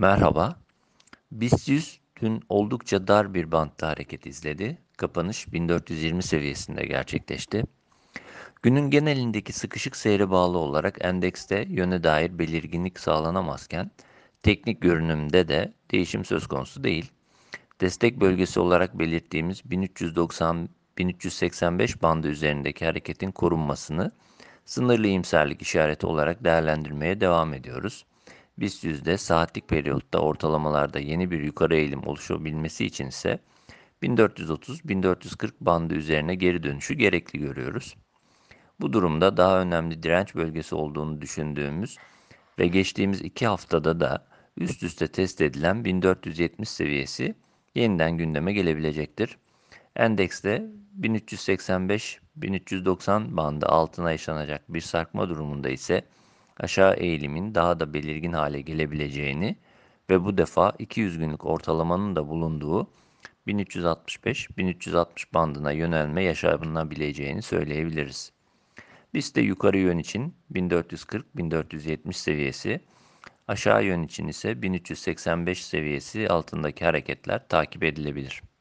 Merhaba. BIST 100 dün oldukça dar bir bantta hareket izledi. Kapanış 1420 seviyesinde gerçekleşti. Günün genelindeki sıkışık seyre bağlı olarak endekste yöne dair belirginlik sağlanamazken, teknik görünümde de değişim söz konusu değil. Destek bölgesi olarak belirttiğimiz 1390-1385 bandı üzerindeki hareketin korunmasını sınırlı iyimserlik işareti olarak değerlendirmeye devam ediyoruz. BIST 100'de saatlik periyotta ortalamalarda yeni bir yukarı eğilim oluşabilmesi için ise 1430-1440 bandı üzerine geri dönüşü gerekli görüyoruz. Bu durumda daha önemli direnç bölgesi olduğunu düşündüğümüz ve geçtiğimiz 2 haftada da üst üste test edilen 1470 seviyesi yeniden gündeme gelebilecektir. Endekste 1385-1390 bandı altına yaşanacak bir sarkma durumunda ise aşağı eğilimin daha da belirgin hale gelebileceğini ve bu defa 200 günlük ortalamanın da bulunduğu 1365-1360 bandına yönelme yaşanabileceğini söyleyebiliriz. BIST yukarı yön için 1440-1470 seviyesi, aşağı yön için ise 1385 seviyesi altındaki hareketler takip edilebilir.